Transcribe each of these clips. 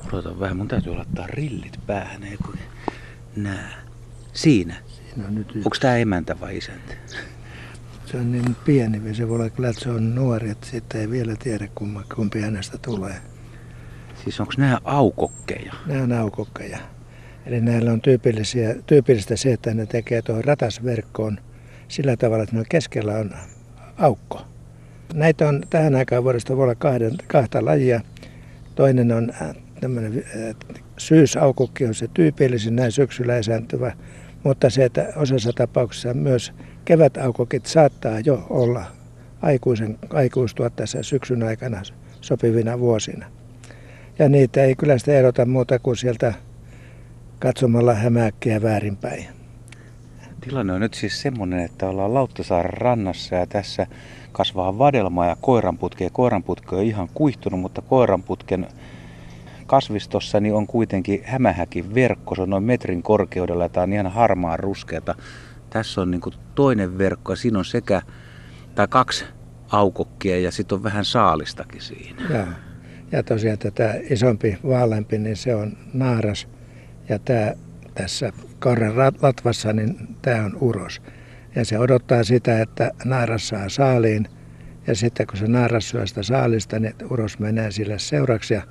Odota vähän, mun täytyy laittaa rillit päähän, ei kun nää. Siinä. Siinä on nyt yksi. Onko tää emäntä vai isäntä? Se on niin pieni, se voi olla kyllä, että se on nuori, että siitä ei vielä tiedä kumpi hänestä tulee. Siis onko nää aukokkeja? Nämä on aukokkeja. Eli näillä on tyypillistä se, että ne tekee tuohon ratasverkkoon sillä tavalla, että keskellä on aukko. Näitä on tähän aikaan vuodesta voi olla kahta lajia. Toinen on tämmöinen syysaukokki, on se tyypillisin, näin syksyllä esiintyvä. Mutta se, että osassa tapauksissa myös kevätaukokit saattaa jo olla aikuistua tässä syksyn aikana sopivina vuosina. Ja niitä ei kyllä sitä erota muuta kuin sieltä katsomalla hämähäkkiä väärinpäin. Tilanne on nyt siis semmoinen, että ollaan Lauttasaaren rannassa ja tässä kasvaa vadelmaa ja koiranputki. Koiranputki on ihan kuihtunut, mutta koiranputken kasvistossa niin on kuitenkin hämähäkin verkko. Se on noin metrin korkeudella ja tämä on ihan harmaa ruskeata. Tässä on niin kuin toinen verkko ja siinä on kaksi aukokkia ja sitten on vähän saalistakin siinä. Ja tosiaan tämä isompi, vaaleampi, niin se on naaras. Ja tämä tässä korren latvassa, niin tämä on uros. Ja se odottaa sitä, että naaras saa saaliin. Ja sitten kun se naaras syö sitä saalista, niin uros menee sille seuraksi ja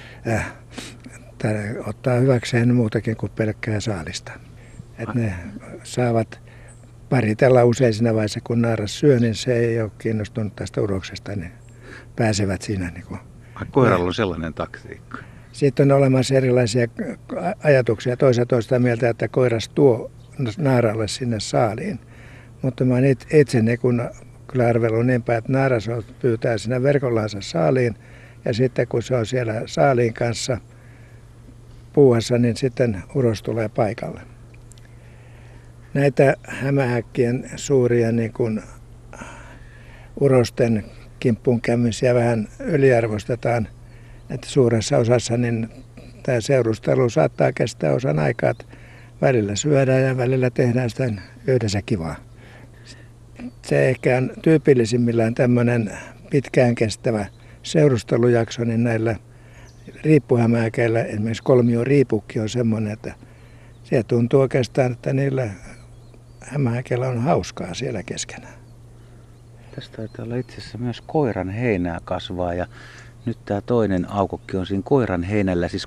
ottaa hyväkseen muutakin kuin pelkkää saalista. Että ne saavat paritella usein siinä vaiheessa, kun naaras syö, niin se ei ole kiinnostunut tästä uroksesta, niin pääsevät siinä. Koiralla on sellainen taktiikka. Sitten on olemassa erilaisia ajatuksia. Toisa toista mieltä, että koiras tuo naaralle sinne saaliin. Mutta mä itse kun kyllä arvelun niin päin, että naaras pyytää sinne verkollansa saaliin. Ja sitten kun se on siellä saaliin kanssa puuhassa, niin sitten uros tulee paikalle. Näitä hämähäkkien suuria niin kuin urosten kimppuun käymisiä vähän yliarvostetaan. Että suuressa osassa niin tämä seurustelu saattaa kestää osan aikaa, että välillä syödään ja välillä tehdään sitä yhdessä kivaa. Se ehkä on tyypillisimmillään tämmöinen pitkään kestävä seurustelujakso, niin näillä riippuhämähäkeillä, esimerkiksi kolmioriipukki on semmoinen, että se tuntuu oikeastaan, että niillä hämähäkeillä on hauskaa siellä keskenään. Tästä taitaa olla itse asiassa myös koiran heinää kasvaa ja nyt tämä toinen aukokki on siinä koiran heinällä. Siis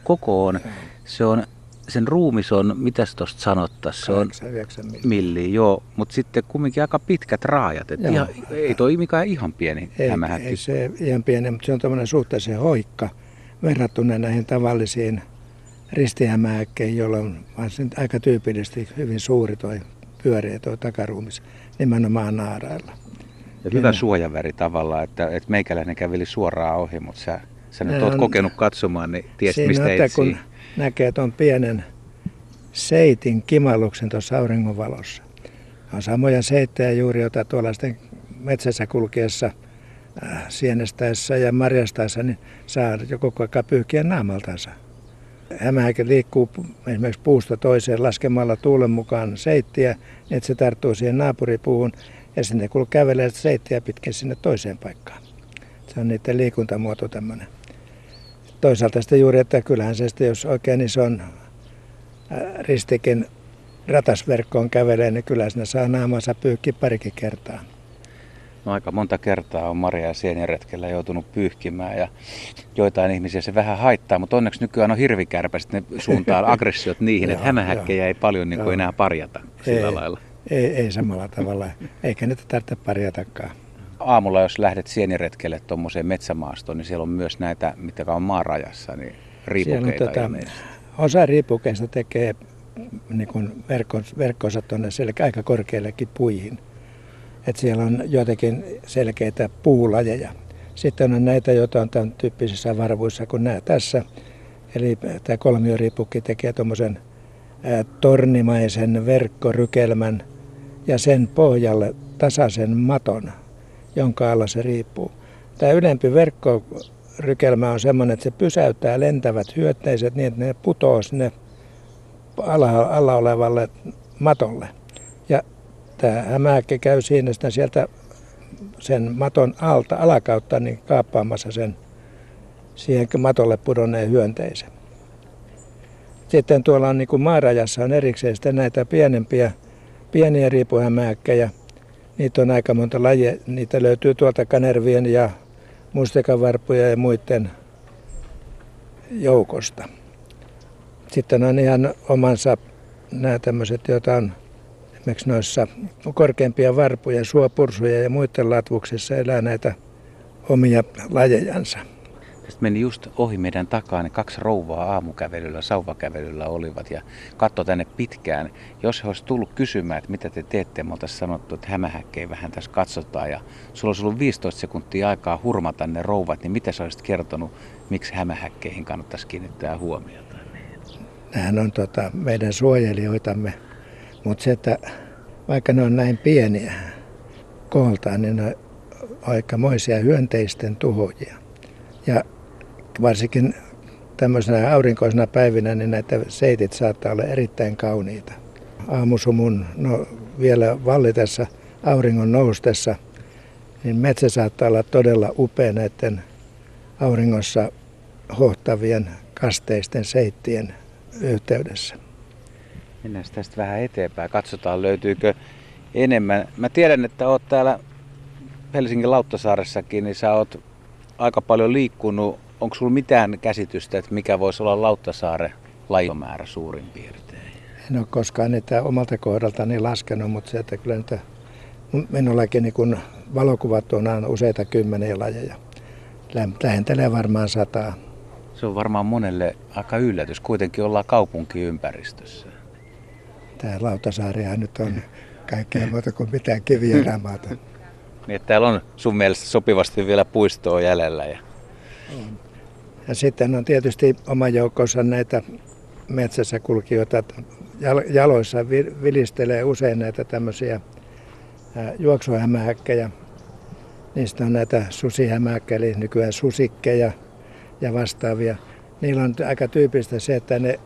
sen ruumis on, mitäs tuosta sanottaisiin? Se on 8-9 milliä, joo, mutta sitten kumminkin aika pitkät raajat. Ei toi mikään ihan pieni hämähäkki. Ei se ihan pieni, mutta se on tämmöinen suhteellisen hoikka verrattuna näihin tavallisiin ristihämähäkkeihin, joilla on aika tyypillisesti hyvin suuri toi pyöreä toi takaruumis, nimenomaan naarailla. Ja hyvä suojaväri tavallaan, että meikäläinen käveli suoraan ohi, mutta sä nyt oot kokenut katsomaan, niin tiesit mistä etsii. Kun näkee tuon pienen seitin kimalluksen tuossa auringonvalossa. On samoja seittejä juuri, joita tuolla sitten metsässä kulkiessa, sienestäessä ja marjastaessa, niin saa jo koko ajan pyyhkiä naamaltansa. Hämähäke liikkuu esimerkiksi puusta toiseen laskemalla tuulen mukaan seittiä, niin että se tarttuu siihen naapuripuuhun. Ja sinne kun kävelee seittiä pitkin sinne toiseen paikkaan. Se on niiden liikuntamuoto tämmöinen. Toisaalta sitten juuri, että kyllähän se sitten, jos oikein ison ristikin ratasverkkoon kävelee, niin kyllä sinne saa naamansa pyyhkiä parikin kertaa. No aika monta kertaa on marja- ja sieniretkellä joutunut pyyhkimään ja joitain ihmisiä se vähän haittaa, mutta onneksi nykyään on hirvikärpäset, ne suuntaa aggressiot niihin, että hämähäkkejä ei paljon niin kuin enää parjata sillä lailla. Ei samalla tavalla, eikä niitä tarvitse parjatakaan. Aamulla, jos lähdet sieniretkelle tuommoiseen metsämaastoon, niin siellä on myös näitä, mitkä on maarajassa, niin riipukeita ilmeisesti. Osa riipukeista tekee niin kuin verkkonsa tuonne aika korkeillekin puihin. Et siellä on joitakin selkeitä puulajeja. Sitten on näitä, joita on tämän tyyppisissä varvuissa kuin nämä tässä. Eli tämä kolmioriipukki tekee tuommoisen tornimaisen verkkorykelmän ja sen pohjalle tasaisen maton, jonka alla se riippuu. Tämä ylempi verkkorykelmä on sellainen, että se pysäyttää lentävät hyönteiset niin, että ne putoaa sinne alla olevalle matolle. Ja tämä hämähäkki käy siinä sieltä sen maton alta, alakautta, niin kaappaamassa sen siihen matolle pudonneen hyönteisen. Sitten tuolla on niin kuin maarajassa on erikseen sitten näitä pieniä riipuhämähäkkejä. Niitä on aika monta lajia. Niitä löytyy tuolta kanervien ja mustikavarpuja ja muiden joukosta. Sitten on ihan omansa nämä tämmöiset, joita on esimerkiksi noissa korkeampia varpuja, suopursuja ja muiden latvuksissa elää näitä omia lajejansa. Tästä meni just ohi meidän takaa, ne 2 rouvaa aamukävelyllä, sauvakävelyllä olivat ja katsoi tänne pitkään. Jos he olisi tullut kysymään, että mitä te teette, me oltaisiin sanottu, että hämähäkkejä vähän tässä katsotaan ja sulla olisi ollut 15 sekuntia aikaa hurmata ne rouvat, niin mitä sä olisit kertonut, miksi hämähäkkeihin kannattaisi kiinnittää huomiota? Nämähän on meidän suojelijoitamme, mutta se, että vaikka ne on näin pieniä kooltaan, niin ne on aikamoisia hyönteisten tuhoajia. Ja varsinkin tämmöisenä aurinkoisena päivinä niin näitä seitit saattaa olla erittäin kauniita. Aamusumun vielä vallitessa auringon noustessa, niin metsä saattaa olla todella upea näiden auringossa hohtavien kasteisten seittien yhteydessä. Mennään tästä vähän eteenpäin. Katsotaan, löytyykö enemmän. Mä tiedän, että oot täällä Helsingin Lauttasaaressakin, niin sä oot aika paljon liikkunut. Onko sulla mitään käsitystä, että mikä voisi olla Lauttasaaren lajimäärä suurin piirtein? En ole koskaan niitä omalta kohdaltani laskenut, mutta se, että kyllä niitä minullakin niin kun valokuvattuna on useita kymmeniä lajeja. Lähentelee varmaan 100. Se on varmaan monelle aika yllätys. Kuitenkin ollaan kaupunkiympäristössä. Tämä Lauttasaarihan nyt on kaikkea muuta kuin mitään kivierämaata. Niin, että täällä on sun mielestä sopivasti vielä puistoa jäljellä. Ja sitten on tietysti oma joukkonsa näitä metsässä kulkijoita. Jaloissa vilistelee usein näitä tämmöisiä juoksuhämähäkkejä. Niistä on näitä susihämähäkkejä, eli nykyään susikkeja ja vastaavia. Niillä on aika tyypistä se, että ne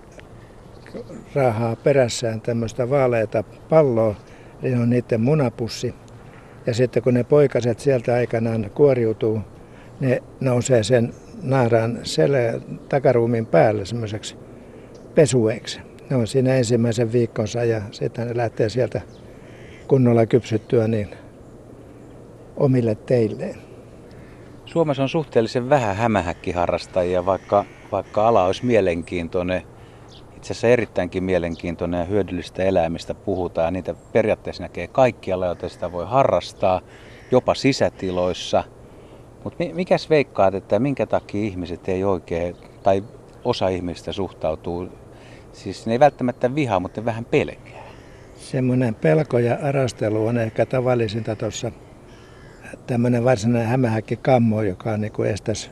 raahaa perässään tämmöistä vaaleata palloa, eli on niiden munapussi. Ja sitten kun ne poikaset sieltä aikanaan kuoriutuu, ne nousee sen naaraan takaruumin päälle semmoiseksi pesueeksi. Ne on siinä ensimmäisen viikkonsa ja sitten ne lähtee sieltä kunnolla kypsyttyä niin omille teilleen. Suomessa on suhteellisen vähän hämähäkkiharrastajia, vaikka ala olisi mielenkiintoinen. Itse asiassa erittäinkin mielenkiintoinen ja hyödyllistä eläimistä puhutaan. Ja niitä periaatteessa näkee kaikkialla, joten sitä voi harrastaa, jopa sisätiloissa. Mutta mikäs veikkaat, että minkä takia ihmiset ei oikein, tai osa ihmistä suhtautuu, siis ne ei välttämättä vihaa, mutta ne vähän pelkää? Semmoinen pelko ja arastelu on ehkä tavallisinta tuossa. Tämmöinen varsinainen hämähäkkikammo, joka on niin kuin estäisi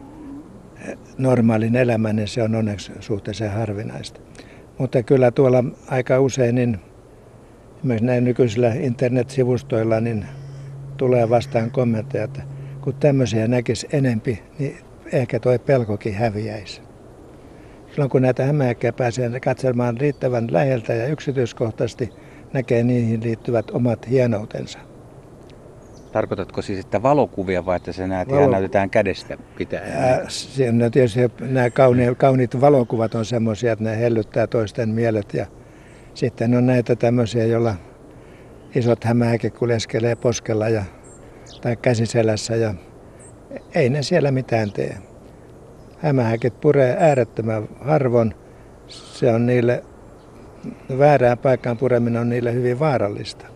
normaalin elämän, niin se on onneksi suhteellisen harvinaista. Mutta kyllä tuolla aika usein, niin esimerkiksi näin nykyisillä internetsivustoilla, niin tulee vastaan kommentteja, että kun tämmöisiä näkisi enempi, niin ehkä tuo pelkokin häviäisi. Silloin kun näitä hämähäkkejä pääsee katselemaan riittävän läheltä ja yksityiskohtaisesti, näkee niihin liittyvät omat hienoutensa. Tarkoitatko siis, että valokuvia vai että se näytetään kädestä pitäen? Siinä tietysti nämä kauniit valokuvat on semmoisia, että ne hellyttää toisten mielet. Ja sitten on näitä tämmöisiä, joilla isot hämähäkit kuljeskelee poskella tai käsiselässä ja ei ne siellä mitään tee. Hämähäkit puree äärettömän harvoin. Se on niille, väärään paikkaan pureminen on niille hyvin vaarallista.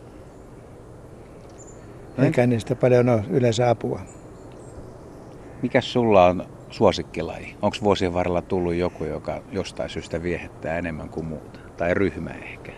Eikä niistä paljon ole yleensä apua. Mikäs sulla on suosikkilaji? Onko vuosien varrella tullut joku, joka jostain syystä viehättää enemmän kuin muuta? Tai ryhmä ehkä?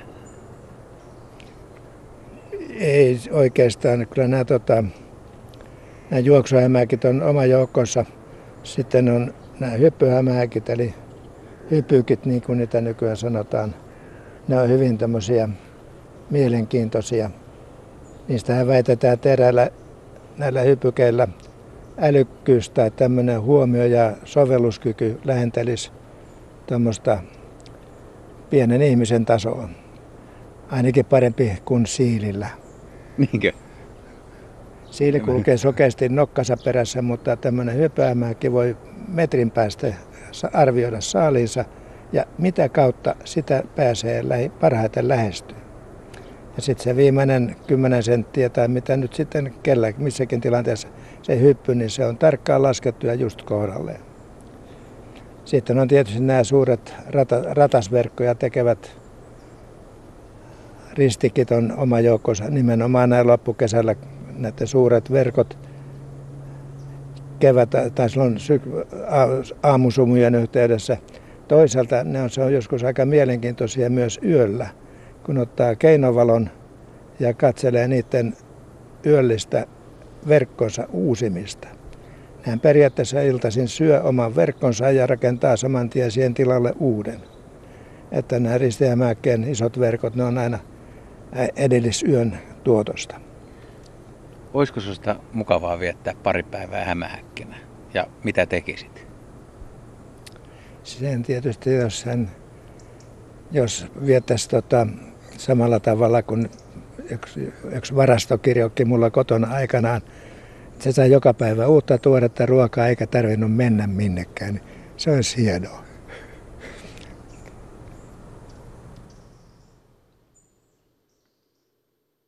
Ei oikeastaan. Kyllä nämä juoksuhämähäkit on oma joukkonsa. Sitten on nämä hyppyhämähäkit, eli hypykit, niin kuin niitä nykyään sanotaan. Ne on hyvin tämmöisiä mielenkiintoisia. Niistähän väitetään, että näillä hypykeillä älykkyys tai tämmöinen huomio ja sovelluskyky lähentelisi tuommoista pienen ihmisen tasoa. Ainakin parempi kuin siilillä. Niinkö? Siili kulkee sokeasti nokkansa perässä, mutta tämmöinen hyppyhämähäkki voi metrin päästä arvioida saaliinsa ja mitä kautta sitä pääsee parhaiten lähestyä. Ja sitten se viimeinen 10 senttiä tai mitä nyt sitten missäkin tilanteessa se hyppy, niin se on tarkkaan laskettu ja just kohdalleen. Sitten on tietysti nämä suuret ratasverkkoja tekevät ristikit on oma joukkonsa. Nimenomaan näin loppukesällä näiden suuret verkot tai silloin aamusumujen yhteydessä. Toisaalta se on joskus aika mielenkiintoisia myös yöllä, kun ottaa keinovalon ja katselee niiden yöllistä verkkonsa uusimista. Hän periaatteessa iltaisin syö oman verkkonsa ja rakentaa saman tien siihen tilalle uuden. Että nämä Ristijänmäen isot verkot, ne on aina edellisyön tuotosta. Olisiko sinusta mukavaa viettää pari päivää Hämähäkkinä ja mitä tekisit? Sen tietysti, jos viettäisi samalla tavalla kuin yksi varasto kirjoitti mulla kotona aikanaan, se sai joka päivä uutta tuoretta ruokaa eikä tarvinnut mennä minnekään. Se olisi hienoa.